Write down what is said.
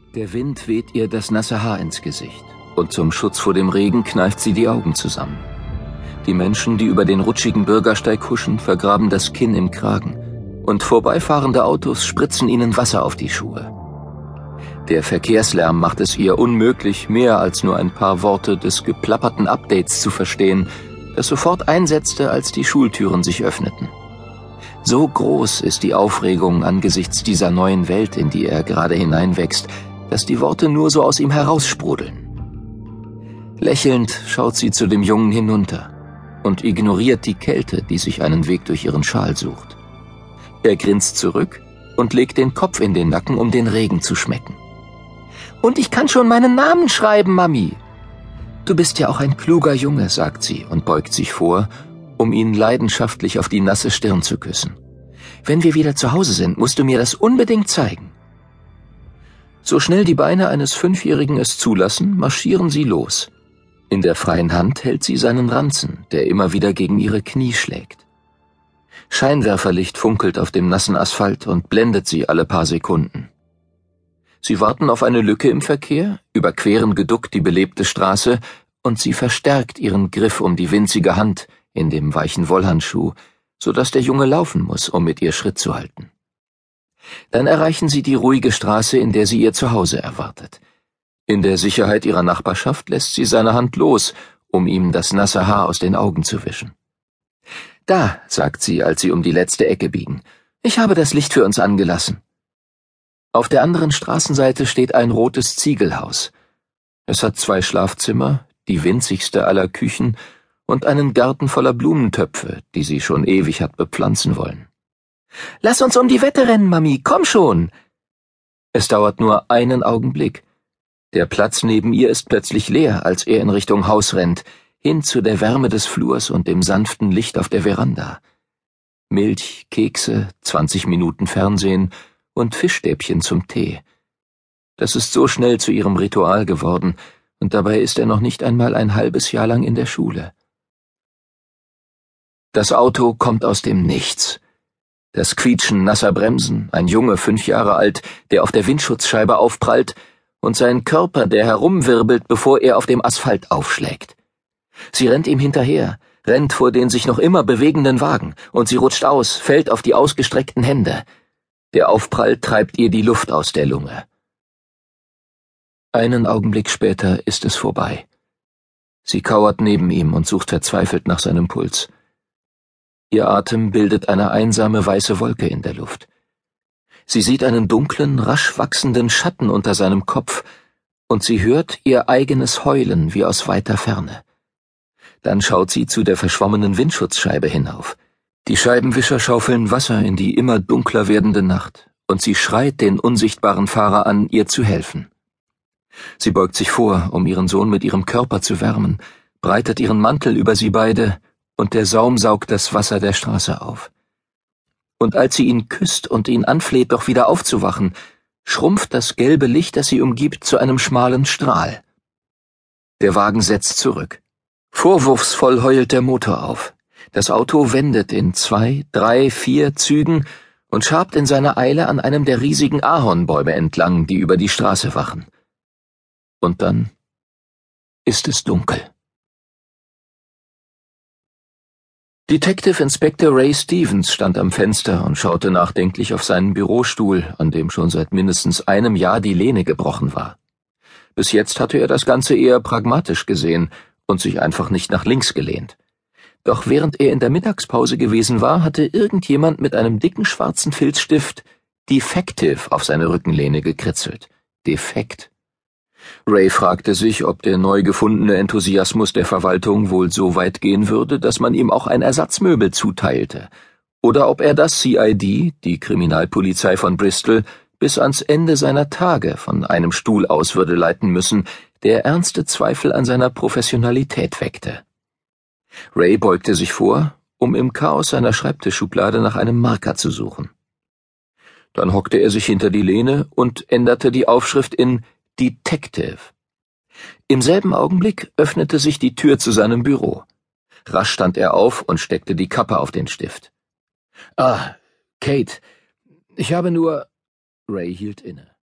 Der Wind weht ihr das nasse Haar ins Gesicht und zum Schutz vor dem Regen kneift sie die Augen zusammen. Die Menschen, die über den rutschigen Bürgersteig huschen, vergraben das Kinn im Kragen und vorbeifahrende Autos spritzen ihnen Wasser auf die Schuhe. Der Verkehrslärm macht es ihr unmöglich, mehr als nur ein paar Worte des geplapperten Updates zu verstehen, das sofort einsetzte, als die Schultüren sich öffneten. So groß ist die Aufregung angesichts dieser neuen Welt, in die er gerade hineinwächst, dass die Worte nur so aus ihm heraussprudeln. Lächelnd schaut sie zu dem Jungen hinunter und ignoriert die Kälte, die sich einen Weg durch ihren Schal sucht. Er grinst zurück und legt den Kopf in den Nacken, um den Regen zu schmecken. »Und ich kann schon meinen Namen schreiben, Mami!« »Du bist ja auch ein kluger Junge«, sagt sie und beugt sich vor, um ihn leidenschaftlich auf die nasse Stirn zu küssen. »Wenn wir wieder zu Hause sind, musst du mir das unbedingt zeigen.« So schnell die Beine eines Fünfjährigen es zulassen, marschieren sie los. In der freien Hand hält sie seinen Ranzen, der immer wieder gegen ihre Knie schlägt. Scheinwerferlicht funkelt auf dem nassen Asphalt und blendet sie alle paar Sekunden. Sie warten auf eine Lücke im Verkehr, überqueren geduckt die belebte Straße und sie verstärkt ihren Griff um die winzige Hand in dem weichen Wollhandschuh, sodass der Junge laufen muss, um mit ihr Schritt zu halten. Dann erreichen sie die ruhige Straße, in der sie ihr Zuhause erwartet. In der Sicherheit ihrer Nachbarschaft lässt sie seine Hand los, um ihm das nasse Haar aus den Augen zu wischen. »Da«, sagt sie, als sie um die letzte Ecke biegen, »ich habe das Licht für uns angelassen.« Auf der anderen Straßenseite steht ein rotes Ziegelhaus. Es hat 2 Schlafzimmer, die winzigste aller Küchen und einen Garten voller Blumentöpfe, die sie schon ewig hat bepflanzen wollen. »Lass uns um die Wette rennen, Mami, komm schon!« Es dauert nur einen Augenblick. Der Platz neben ihr ist plötzlich leer, als er in Richtung Haus rennt, hin zu der Wärme des Flurs und dem sanften Licht auf der Veranda. Milch, Kekse, 20 Minuten Fernsehen und Fischstäbchen zum Tee. Das ist so schnell zu ihrem Ritual geworden, und dabei ist er noch nicht einmal ein halbes Jahr lang in der Schule. Das Auto kommt aus dem Nichts. Das Quietschen nasser Bremsen, ein Junge 5 Jahre alt, der auf der Windschutzscheibe aufprallt, und sein Körper, der herumwirbelt, bevor er auf dem Asphalt aufschlägt. Sie rennt ihm hinterher, rennt vor den sich noch immer bewegenden Wagen, und sie rutscht aus, fällt auf die ausgestreckten Hände. Der Aufprall treibt ihr die Luft aus der Lunge. Einen Augenblick später ist es vorbei. Sie kauert neben ihm und sucht verzweifelt nach seinem Puls. Ihr Atem bildet eine einsame weiße Wolke in der Luft. Sie sieht einen dunklen, rasch wachsenden Schatten unter seinem Kopf, und sie hört ihr eigenes Heulen wie aus weiter Ferne. Dann schaut sie zu der verschwommenen Windschutzscheibe hinauf. Die Scheibenwischer schaufeln Wasser in die immer dunkler werdende Nacht, und sie schreit den unsichtbaren Fahrer an, ihr zu helfen. Sie beugt sich vor, um ihren Sohn mit ihrem Körper zu wärmen, breitet ihren Mantel über sie beide, und der Saum saugt das Wasser der Straße auf. Und als sie ihn küsst und ihn anfleht, doch wieder aufzuwachen, schrumpft das gelbe Licht, das sie umgibt, zu einem schmalen Strahl. Der Wagen setzt zurück. Vorwurfsvoll heult der Motor auf. Das Auto wendet in 2, 3, 4 Zügen und schabt in seiner Eile an einem der riesigen Ahornbäume entlang, die über die Straße wachen. Und dann ist es dunkel. Detective Inspector Ray Stevens stand am Fenster und schaute nachdenklich auf seinen Bürostuhl, an dem schon seit mindestens einem Jahr die Lehne gebrochen war. Bis jetzt hatte er das Ganze eher pragmatisch gesehen und sich einfach nicht nach links gelehnt. Doch während er in der Mittagspause gewesen war, hatte irgendjemand mit einem dicken schwarzen Filzstift Defective auf seine Rückenlehne gekritzelt. Defekt. Ray fragte sich, ob der neu gefundene Enthusiasmus der Verwaltung wohl so weit gehen würde, dass man ihm auch ein Ersatzmöbel zuteilte, oder ob er das CID, die Kriminalpolizei von Bristol, bis ans Ende seiner Tage von einem Stuhl aus würde leiten müssen, der ernste Zweifel an seiner Professionalität weckte. Ray beugte sich vor, um im Chaos seiner Schreibtischschublade nach einem Marker zu suchen. Dann hockte er sich hinter die Lehne und änderte die Aufschrift in Detective. Im selben Augenblick öffnete sich die Tür zu seinem Büro. Rasch stand er auf und steckte die Kappe auf den Stift. »Ah, Kate, ich habe nur...« Ray hielt inne.